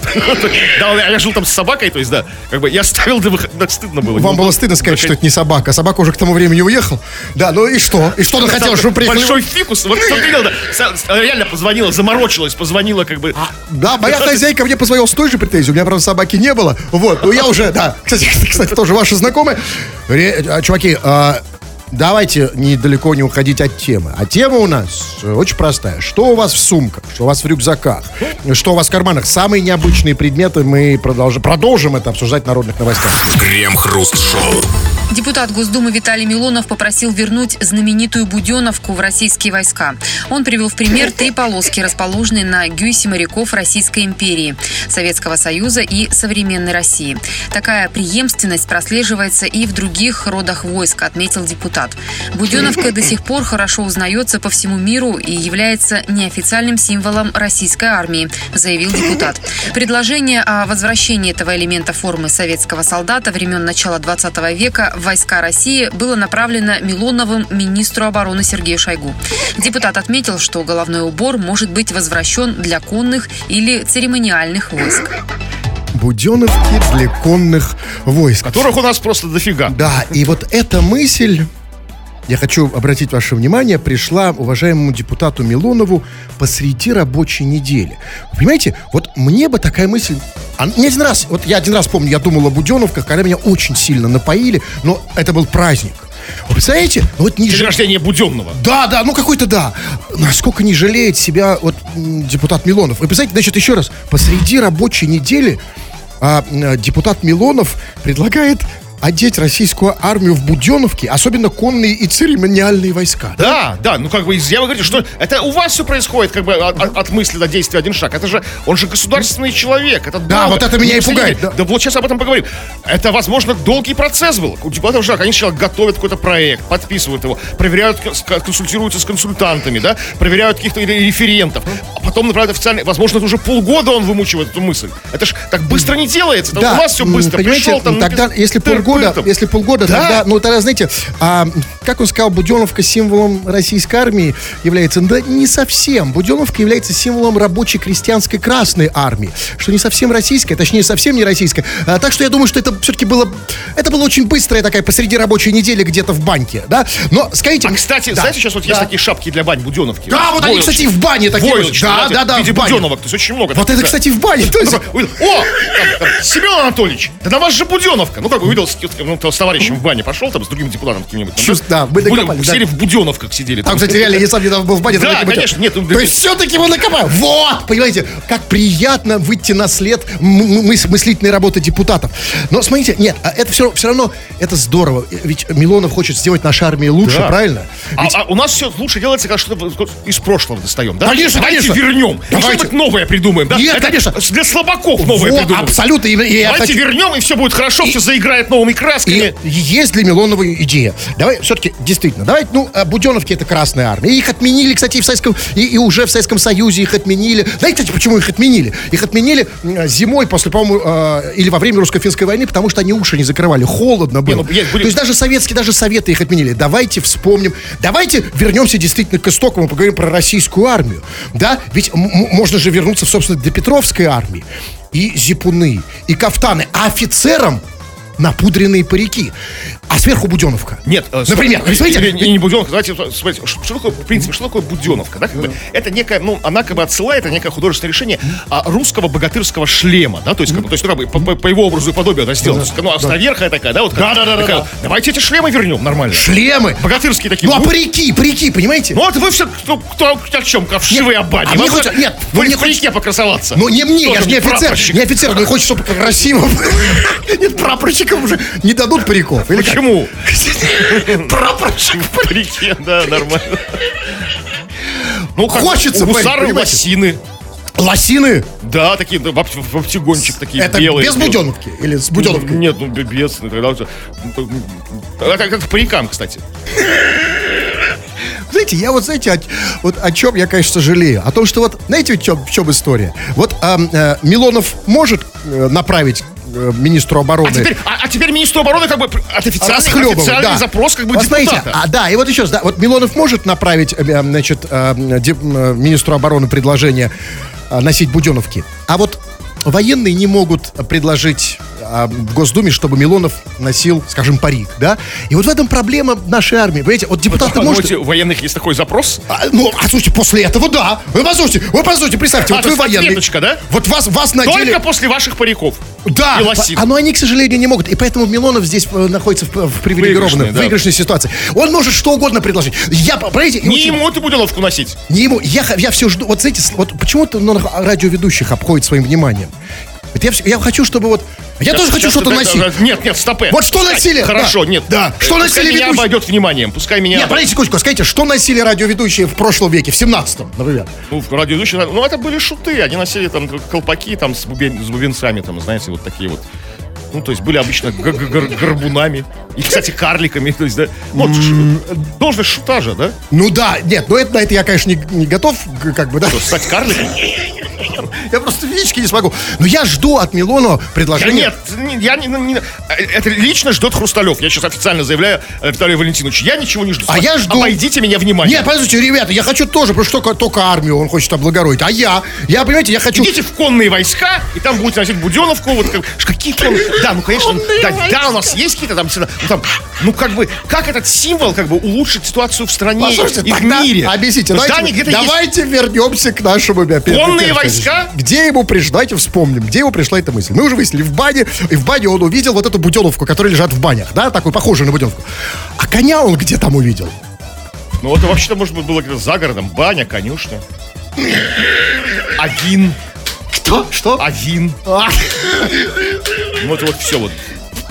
Да, я жил там с собакой, то есть, да, как бы я оставил, домох- так стыдно было. Вам Ну, было стыдно сказать, что это не собака. Собака уже к тому времени уехал. Да, ну и что? И что он хотел, чтобы приехали? Большой фикус, вот что ты видел, да, с- реально позвонила, заморочилась, позвонила, как бы. Да, моя хозяйка мне позвонила с той же претензией. У меня, правда, собаки не было. Вот, ну я уже, да. Кстати, кстати тоже ваши знакомые. Ре- а, Чуваки, а, давайте недалеко не уходить от темы. А тема у нас э, очень простая. Что у вас в сумках, что у вас в рюкзаках, что у вас в карманах. Самые необычные предметы мы продолжим, продолжим это обсуждать в народных новостях. Крем-хруст-шоу. Депутат Госдумы Виталий Милонов попросил вернуть знаменитую Буденовку в российские войска. Он привел в пример три полоски, расположенные на гюйсе моряков Российской империи, Советского Союза и современной России. Такая преемственность прослеживается и в других родах войск, отметил депутат. Буденовка до сих пор хорошо узнается по всему миру и является неофициальным символом российской армии, заявил депутат. Предложение о возвращении этого элемента формы советского солдата времен начала двадцатого века в войска России было направлено Милоновым министру обороны Сергею Шойгу. Депутат отметил, что головной убор может быть возвращен для конных или церемониальных войск. Буденовки для конных войск. Которых у нас просто дофига. Да, и вот эта мысль я хочу обратить ваше внимание, пришла уважаемому депутату Милонову посреди рабочей недели. Вы понимаете, вот мне бы такая мысль... А, не один раз, вот я один раз помню, я думал о буденовках, когда меня очень сильно напоили, но это был праздник. Вы представляете? Ну, вот не День ж- рождения Буденного. Да, да, ну какой-то да. Насколько не жалеет себя вот м, депутат Милонов. Вы представляете, значит, еще раз, посреди рабочей недели а, м, депутат Милонов предлагает одеть российскую армию в буденовки, особенно конные и церемониальные войска. Да, да, ну как бы я вы говорите, что это у вас все происходит как бы от, от- от мысли до действия один шаг. Это же, он же государственный человек. Это Да, долго. вот это меня и Ну, пугает, смотрите, да. Да. вот сейчас об этом поговорим. Это, возможно, долгий процесс был. У депутатов же, они сначала готовят какой-то проект, подписывают его, проверяют, к- консультируются с консультантами, да, проверяют каких-то референтов, а потом направляют официально. Возможно, это уже полгода он вымучивает эту мысль. Это ж так быстро не делается. Это Да, у вас все м, быстро. понимаете, Пришел там, тогда, напис- если тыр-пыр полгода, там. если полгода, Да. тогда, ну, тогда, знаете, а, как он сказал, Буденовка символом российской армии является, да, не совсем. Буденовка является символом рабочей крестьянской Красной армии, что не совсем российская, точнее, совсем не российская. А, так что я думаю, что это все-таки было, это было очень быстрая такая посреди рабочей недели где-то в баньке, да. Но скажите, А, кстати, да, знаете, сейчас вот есть да. такие шапки для бань Буденовки. Да, вот они, Войлочные. кстати, в бане такие. Войлочные, Да, да, да, В виде в бане. Буденовок, то есть очень много. Вот таких, это, да. кстати, в бане. То есть- Увидел, О, там, там, Семен Анатольевич, да на вас же Буденовка. Ну, как бы увидел с, ну, с товарищем в бане, пошел там с другим депутатом каким-нибудь. там, Чувств- да, мы Будем- докопались, да. Сидели в Буденовках сидели. Там, кстати, реально, я сам недавно был в бане. там Да, такие вот- конечно, нет, ну, То есть все-таки мы накопаем. Вот, понимаете, как приятно выйти на след м- м- мыс- мыслительной работы депутатов. Но смотрите, нет, а это все, все равно, это здорово. Ведь Милонов хочет сделать нашу армию лучше, Да. правильно? А, Ведь- а у нас все лучше делается, когда что-то из прошлого достаем, да? Конечно, Давайте конечно. вернем. И Давайте. что-нибудь новое придумаем, да? Нет, Это конечно. Для слабаков новое Во, придумаем. абсолютно. И, и я Давайте хочу- вернем, и все будет хорошо, все заиграет новыми красками. И есть для Милонова идея. Давай, все-таки, действительно, давайте, ну, а, Буденовки — это Красная армия. И их отменили, кстати, и в Советском, и, и уже в Советском Союзе их отменили. Знаете, кстати, почему их отменили? Их отменили м, зимой после, по-моему, э, или во время русско-финской войны, потому что они уши не закрывали. Холодно было. ну, есть, были- То есть даже советские, даже советы их отменили. Давайте вспомним. Давайте вернемся действительно к истокам и поговорим про российскую армию. Да? Ведь м- м- можно же вернуться, собственно, до Петровской армии. И зипуны, и кафтаны. А офицерам напудренные парики. А сверху Буденовка. Нет, э, Например, смотри, вы смотрите, или- или не Буденовка, давайте, смотрите, что, что такое, в принципе, что такое Буденовка, да, как бы, это некая, ну, она как бы отсылает, это некое художественное решение а, русского богатырского шлема, да, то есть, как бы, то есть, ну, как бы, по, по- по его образу и подобию это сделано, То есть, ну, островерхая такая, да, вот, как, такая вот. Давайте эти шлемы вернем нормально. шлемы. Богатырские такие. Ну, а парики, парики, понимаете? Ну, вот вы все, кто, кто о чем, как вшивые обани. а мне хочется- нет, вы мне в парике покрасоваться. Ну, не мне, я Тоже же не офицер, прапорщик. не офицер, мне хочется, чтобы красиво. Нет, прапорщикам уже не дадут париков. Или как? Почему? Прапорщик. В парике, да, нормально. Ну, как Хочется, у гусары понимаете? лосины. Лосины. Да, такие, да, воп- воптигончик такие Это белые. без Буденовки? Или с Буденовкой? Нет, ну б- без. ну, Тогда уже- Это как, как к парикам, кстати. Знаете, я вот, знаете, о, вот о чем я, конечно, жалею. О том, что вот, знаете, в чем, в чем история? Вот ам, э, Милонов может э, направить э, министру обороны... А теперь, а, а теперь министру обороны как бы от официальный, Расхлебывать, официальный да. запрос как бы Вот смотрите, депутата. а, да, и вот еще раз, да, вот Милонов может направить, э, э, значит, э, де- э, министру обороны предложение э, носить буденовки, а вот военные не могут предложить э, в Госдуме, чтобы Милонов носил, скажем, парик, да? И вот в этом проблема нашей армии, понимаете, вот депутаты А, может... думаете, у военных есть такой запрос? А, ну, а слушайте, после этого, да. Вы послушайте, вы послушайте, представьте, А, вот то вы есть военный. ответочка, да? Вот вас, вас надели... Только после ваших париков. Да, и лосин. а, но они, к сожалению, не могут. И поэтому Милонов здесь э, находится в, в привилегированной, Выигрышной, да. выигрышной ситуации. Он может что угодно предложить. Я, понимаете, и Не очень- ему эту буденовку носить. не ему. Я, х- я все жду. Вот знаете, с- вот почему-то он радиоведущих обходит своим вниманием. Вот я, всё- я хочу, чтобы вот... Я Сейчас- тоже хочу сейчас что-то это- носить. это- Нет, нет, стопэ. Вот что Пускай. носили? Хорошо, Да. нет. Да. Что Э, носили Пускай меня ведущие? обойдет вниманием. Пускай меня... Нет, подождите секундочку, скажите, что носили радиоведущие в прошлом веке, в семнадцатом, например? Ну, в радиоведущие, ну, это были шуты. Они носили там колпаки там с, бубен- с бубенцами, там, знаете, вот такие вот. Ну, то есть были обычно г- г- гор- горбунами. И, кстати, карликами. То есть, да. Ну, вот ш- должность шута же, да? Ну да, нет, ну это, на это я, конечно, не, не готов, г- как бы, да. Что, стать карликом? Я просто физически не смогу. Но я жду от Милонова Я предложения. нет, я не, не- это лично ждет Хрусталев. Я сейчас официально заявляю э, Виталию Валентиновичу. Я ничего не жду. А я жду- Обойдите меня внимание. Нет, подождите, ребята, я хочу тоже, потому что только, только армию он хочет облагородить. А я, я, понимаете, я хочу... Идите в конные войска, и там будете носить Буденовку. Вот, как, ш- какие конные... Да, ну, конечно, да, да, у нас есть какие-то там, ну, там... Ну, как бы, как этот символ, как бы, улучшит ситуацию в стране Послушайте, и в тогда мире? объясните, Потому что давайте, они где-то есть- давайте вернемся к нашему... Конные войска? Где ему пришла, давайте вспомним, где ему пришла эта мысль. Мы уже выяснили, в бане, и в бане он увидел вот эту Буденовку, которая лежат в банях, да, такой похожий на Буденовку. А коня он где там увидел? Ну, это вообще-то, может быть, было где-то за городом. Баня, конюшня. Один. Что? Что? Один. А, Вот, вот, все вот.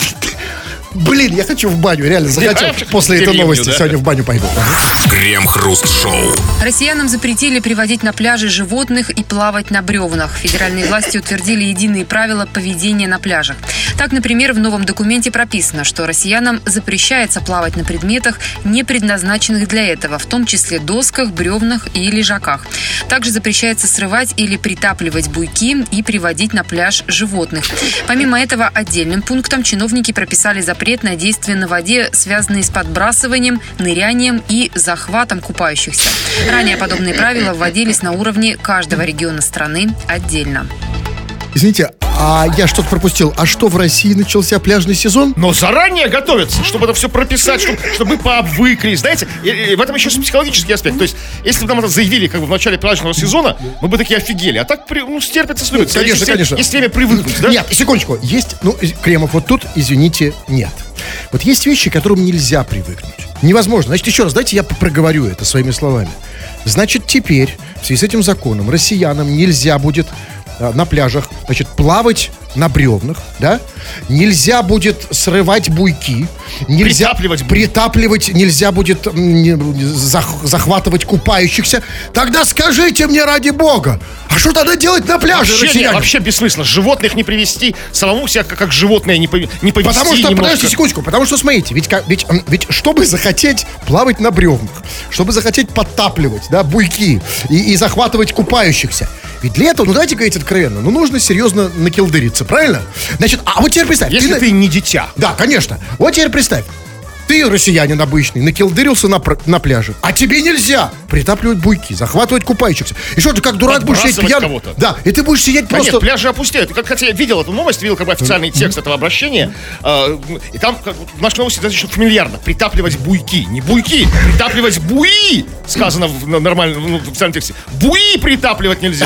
блин, я хочу в баню, реально, захотел. вообще После в этой деревню, новости да? сегодня в баню пойду. Крем-хруст-шоу. Россиянам запретили приводить на пляжи животных и плавать на бревнах. Федеральные власти утвердили единые правила поведения на пляжах. Так, например, в новом документе прописано, что россиянам запрещается плавать на предметах, не предназначенных для этого, в том числе досках, бревнах и лежаках. Также запрещается срывать или притапливать буйки и приводить на пляж животных. Помимо этого, отдельным пунктом чиновники прописали запрет на действия на воде, связанные с подбрасыванием, нырянием и захватом купающихся. Ранее подобные правила вводились на уровне каждого региона страны отдельно. Извините, а я что-то пропустил. А что, в России начался пляжный сезон? Но заранее готовятся, чтобы это все прописать, чтобы, чтобы мы пообвыкли. Знаете, и, и в этом еще есть психологический аспект. То есть, если бы нам это заявили как бы в начале пляжного сезона, мы бы такие офигели. А так, при- ну, стерпится, слюбится. Конечно, если, конечно. Есть время привыкнуть, да? Нет, секундочку. Есть, ну, Кремов, вот тут, извините, нет. Вот есть вещи, к которым нельзя привыкнуть. Невозможно. Значит, еще раз, дайте я проговорю это своими словами. Значит, теперь, в связи с этим законом, россиянам нельзя будет а, на пляжах, значит, плавать на бревнах, да? Нельзя будет срывать буйки. Нельзя Притапливать. притапливать, нельзя будет м, не, зах- захватывать купающихся. Тогда скажите мне, ради бога, а что тогда делать на пляже, Вообще, не- россияне? вообще бессмысленно. Животных не привести, самому себя как, как животное не, пове- не повести Потому что, немножко. подождите секундочку, потому что, смотрите, ведь, как- ведь, м, ведь чтобы захотеть плавать на бревнах, чтобы захотеть подтапливать, да, буйки и, и захватывать купающихся, ведь для этого, ну давайте говорить откровенно, ну нужно серьезно накилдыриться, правильно? Значит, а вот теперь представь. Если на- ты не дитя. Да, конечно. Вот теперь представь. Ты, россиянин обычный, накилдырился на, пр- на пляже, а тебе нельзя притапливать буйки, захватывать купающихся. И что, ты как дурак будешь сидеть Подбрасывать пьян? кого-то. Да, и ты будешь сидеть Да просто... нет, пляжи опустеют. Как, хотя я видел эту новость, видел как бы официальный текст этого обращения, э, и там как, в нашей новости достаточно фамильярно. Притапливать буйки. Не буйки, притапливать буи, сказано в на- нормальном ну, в официальном тексте. Буи притапливать нельзя.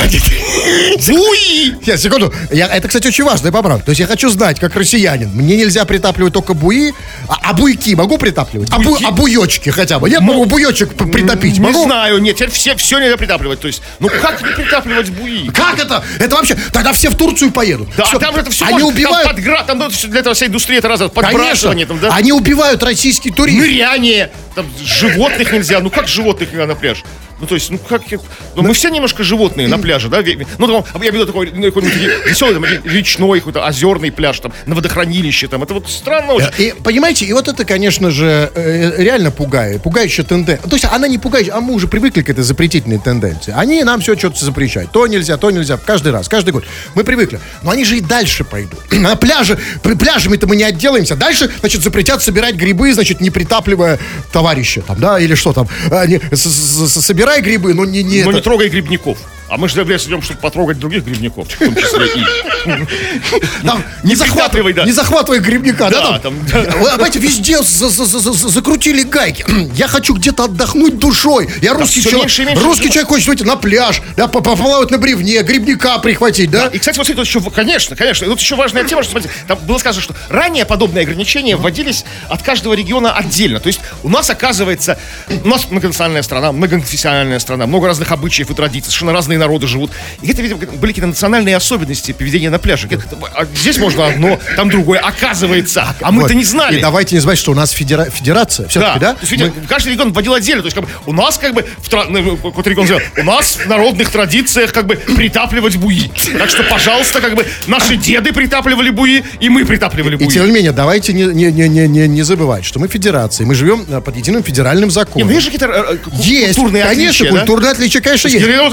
Буи! Нет, секунду. Я, это, кстати, очень важная поправка. То есть я хочу знать, как россиянин, мне нельзя притапливать только буи, а, а буйки могу притапливать? А, бу, Буйки? а буечки хотя бы? Нет, могу буечек п- притопить? Не Могу? знаю, нет, теперь все, все нельзя притапливать. То есть, ну как не притапливать буи? Как это? Это вообще... Тогда все в Турцию поедут. Да, Всё. там это все Они убивают... Там, подгра... там ну, для этого вся индустрия, это раз, Конечно. подбрасывание, там, да? Они убивают российский туризм. Ныряние, там, животных нельзя. Ну как животных нельзя на пляж? Ну, то есть, ну как... Ну, мы все немножко животные на пляже, да? Ве- Ну, там, я видел такой, ну, какой-нибудь веселый, там, речной, какой-то озерный пляж, там, на водохранилище, там. Это вот странно очень. И, понимаете, и вот это, конечно же, э, реально пугает. Пугающая тенденция. То есть она не пугающая, а мы уже привыкли к этой запретительной тенденции. Они нам все что-то запрещают. То нельзя, то нельзя. Каждый раз, каждый год. Мы привыкли. Но они же и дальше пойдут. На пляже, при пляжами-то мы не отделаемся. Дальше, значит, запретят собирать грибы, значит, не притапливая товарища, там, да, или что там. А, не, с- с- с- собирай грибы, но не... не Но это. не трогай грибников. А мы же в лес идем, чтобы потрогать других грибников, в том числе и... Там, не, Не захватывай, притапливай, да. не захватывай грибника, да, Да, там, там, да. Вы, знаете, везде за- за- за- за- закрутили гайки. Я хочу где-то отдохнуть душой. Я русский всё человек. меньше и меньше Русский людей. человек хочет выйти на пляж, да, по- поплавать на бревне, грибника прихватить, да? И, кстати, вот смотрите, тут еще, конечно, конечно, и тут еще важная тема, что, смотрите, там было сказано, что ранее подобные ограничения вводились от каждого региона отдельно. То есть у нас, оказывается, у нас многонациональная страна, многоконфессиональная страна, много разных обычаев и традиций, совершенно разные народы живут. И это, видимо, были какие-то национальные особенности поведения на пляже. Где-то, а здесь можно одно, там другое, оказывается. А мы-то Вот. не знали. И давайте не забывать, что у нас федера- федерация, все-таки, да? То есть, видите, каждый регион вводил отдельно. То есть, как бы, у нас, как бы, в тра- ну, какой-то регион сделал, у нас в народных традициях, как бы, притапливать буи. Так что, пожалуйста, как бы, наши деды притапливали буи, и мы притапливали И буи. тем не менее, давайте не, не, не, не, не, не забывать, что мы федерация, мы живем э, под единым федеральным Не, законом. ну, есть же какие-то э, ку- Есть, культурные конечно, отличия, да? культурные отличия, конечно, То есть, есть. вот, вот,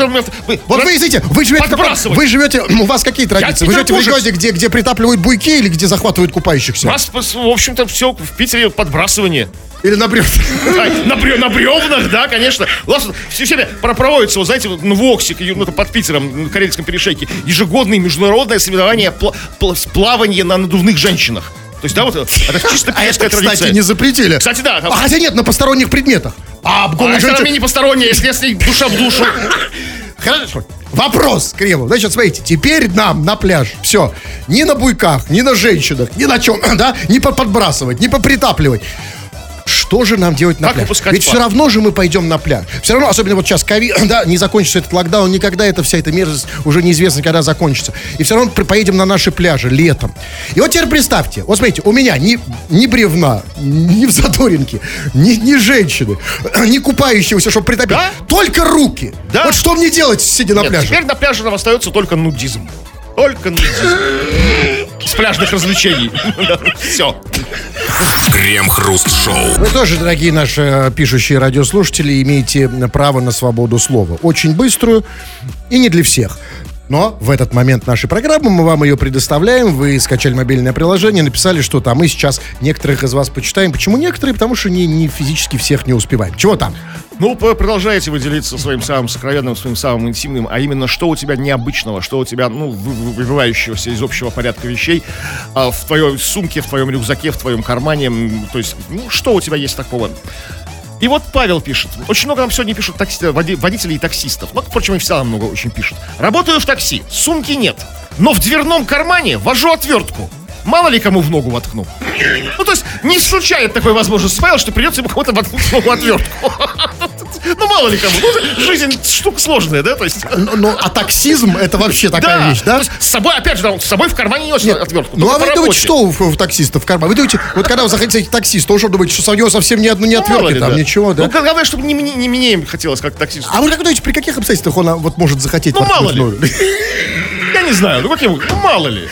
Вот вы, извините, вы живете, Подбрасывать. вы живете, у вас какие традиции? Вы живете в Петербуржец. регионе, где, где притапливают буйки или где захватывают купающихся? У нас, в общем-то, все в Питере подбрасывание. Или на бревнах? На, брев, на бревнах, да, конечно. У нас все время проводится, вот знаете, вот, ну, в Оксик, ну, под Питером, на Карельском перешейке, ежегодное международное соревнование пла- пла- плавания на надувных женщинах. То есть, да, вот это чисто А питерская это, традиция. кстати, не запретили. Кстати, да. Там... А хотя нет, на посторонних предметах. А об голых А это женщин- не постороннее, если, если душа в душу. Хорошо. Вопрос, Кремов. Значит, смотрите, теперь нам на пляж все. Ни на буйках, ни на женщинах, ни на чем, да, не подбрасывать, не попритапливать. Что же нам делать на Как пляж? выпускать Ведь пар? все равно же мы пойдем на пляж. Все равно, особенно вот сейчас ковид, да, не закончится этот локдаун, никогда эта вся эта мерзость уже неизвестно, когда закончится. И все равно поедем на наши пляжи летом. И вот теперь представьте, вот смотрите, у меня ни, ни бревна, ни в задоринке, ни, ни женщины, ни купающегося, чтобы притопить. Да? Только руки. Да? Вот что мне делать, сидя на Нет, пляже? теперь на пляже нам остается только нудизм. Только нудизм. С пляжных развлечений. Все. Крем-хруст-шоу. Вы тоже, дорогие наши э, пишущие радиослушатели, имеете право на свободу слова. Очень быструю и не для всех. Но в этот момент нашей программы мы вам ее предоставляем. Вы скачали мобильное приложение, написали что-то, а мы сейчас некоторых из вас почитаем. Почему некоторые? Потому что не, не физически всех не успеваем. Чего там? Ну, п- продолжаете вы делиться своим самым сокровенным, своим самым интимным, а именно, что у тебя необычного, что у тебя, ну, вы- вы- выбивающегося из общего порядка вещей а, в твоей сумке, в твоем рюкзаке, в твоем кармане. м, То есть, ну, что у тебя есть такого? И вот Павел пишет. Очень много нам сегодня пишут такси, води- водителей и таксистов. Ну, впрочем, и всегда много очень пишут. Работаю в такси, сумки нет, но в дверном кармане вожу отвертку. Мало ли кому в ногу воткну. Ну, то есть, не случайно такой возможность Павел, что придется ему кому-то воткнуть в ногу отвертку. Ну, мало ли кому. Ну, жизнь штука сложная, да? То есть... Ну, ну, а таксизм это вообще такая Да, вещь, да? то есть с собой, опять же, да, с собой в кармане не носит Нет, отвертку. ну только а вы по думаете, работе. что у, у таксиста в кармане? Вы думаете, вот когда вы заходите в таксист, то что думаете, что у него совсем ни одной ни Ну, мало отвертки, ли, там да. ничего, да? Ну, главное, чтобы не, мне- не мне им хотелось, как таксисту. А вы как думаете, при каких обстоятельствах он а, вот может захотеть? Ну, воткнуть мало ли. ногу? Я не знаю, ну каким, ну мало ли.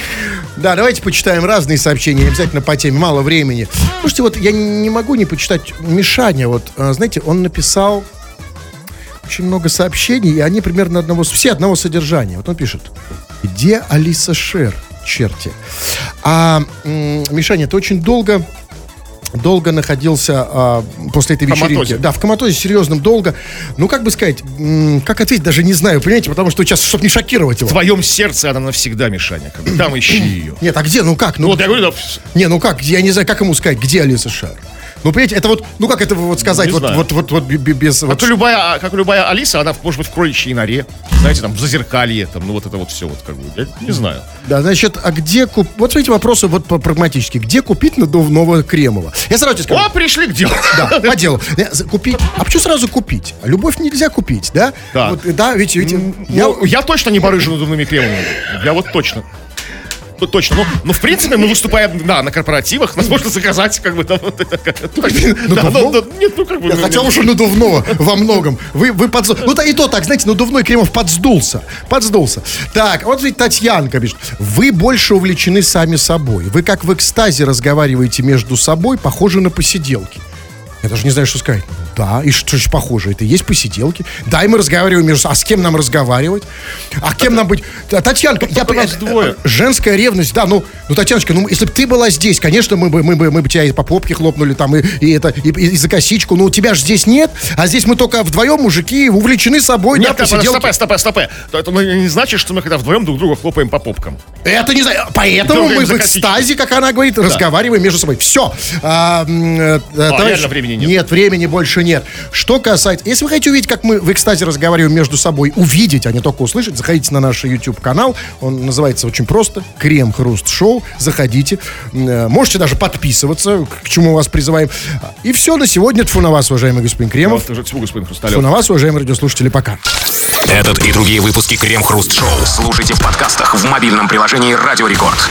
Да, давайте почитаем разные сообщения, не обязательно по теме, мало времени. Слушайте, вот я не могу не почитать Мишаня, вот, а, знаете, он написал очень много сообщений, и они примерно одного, все одного содержания. Вот он пишет: где Алиса Шер, черти? А, м, Мишаня, ты очень долго... Долго находился а, после этой вечеринки. коматозе. Да, в коматозе серьезном долго. Ну, как бы сказать, м, как ответить, даже не знаю, понимаете, потому что сейчас, чтобы не шокировать его. В твоем сердце она навсегда, Мишаня. Как бы там ищи ее. Нет, а где, ну как? Ну, Ну, вот я говорю, да, Не, ну как, я не знаю, как ему сказать, где Алиса Шер? Ну, понимаете, это вот, ну как это вот сказать, Не вот, знаю. вот, вот, вот, бе- бе- без... вот как, и любая, как и любая Алиса, она может быть в кроличьей норе. Знаете, там, в зазеркалье, там, ну вот это вот все, вот как бы, я не знаю. Да, значит, а где купить... Вот смотрите, вопросы вот по- прагматически. Где купить надувного Кремова? Я сразу тебе скажу. О, пришли к делу. Да, по делу. Э, за- Купить. А почему сразу купить? Любовь нельзя купить, да? Да. Вот, э, да, ведь, ведь я... Ну, я точно не барыжу надувными кремами. Я вот точно. Ну, точно. Ну, ну, в принципе, мы выступаем, да, на корпоративах. Нас можно заказать, как бы, там... вот это, как- Да, ну, да, нет, ну, как бы... Я ну, хотел уже надувного во многом. Вы, вы подсу... Ну, да и то так, знаете, надувной Кремов подсдулся. Подсдулся. Так, вот ведь Татьянка пишет. Вы больше увлечены сами собой. Вы как в экстазе разговариваете между собой, похожи на посиделки. Я даже не знаю, что сказать. Да, и что же похоже? Это и есть посиделки. Да, и мы разговариваем между собой. А с кем нам разговаривать? А кем нам быть? Т- Татьянка, я Только нас двое. Женская ревность, да, ну, ну, Татьяночка, ну, если бы ты была здесь, конечно, мы бы, мы бы, мы бы тебя и по попке хлопнули там, и, и это, и, и за косичку, но у тебя же здесь нет, а здесь мы только вдвоем, мужики, увлечены собой, Нет, да, да, посиделки. стопэ, стопэ, стопэ. То это ну, не значит, что мы когда вдвоем друг друга хлопаем по попкам. Это не знаю, поэтому Дергаем мы за в косичку. экстазе, как она говорит, разговариваем между собой. Все. А, м, э, товарищ- реально времени нет. Нет, времени больше нет. Что касается... Если вы хотите увидеть, как мы в экстазе разговариваем между собой, увидеть, а не только услышать, заходите на наш YouTube-канал. Он называется очень просто «Крем-хруст-шоу». Заходите. Э, Можете даже подписываться, к чему вас призываем. И все на сегодня. Тьфу на вас, уважаемый господин Кремов. Вот, тьфу, господин Тьфу Хрусталев. на вас, уважаемые радиослушатели. Пока. Этот и другие выпуски Крем-хруст-шоу слушайте в подкастах в мобильном приложении «Радио Рекорд».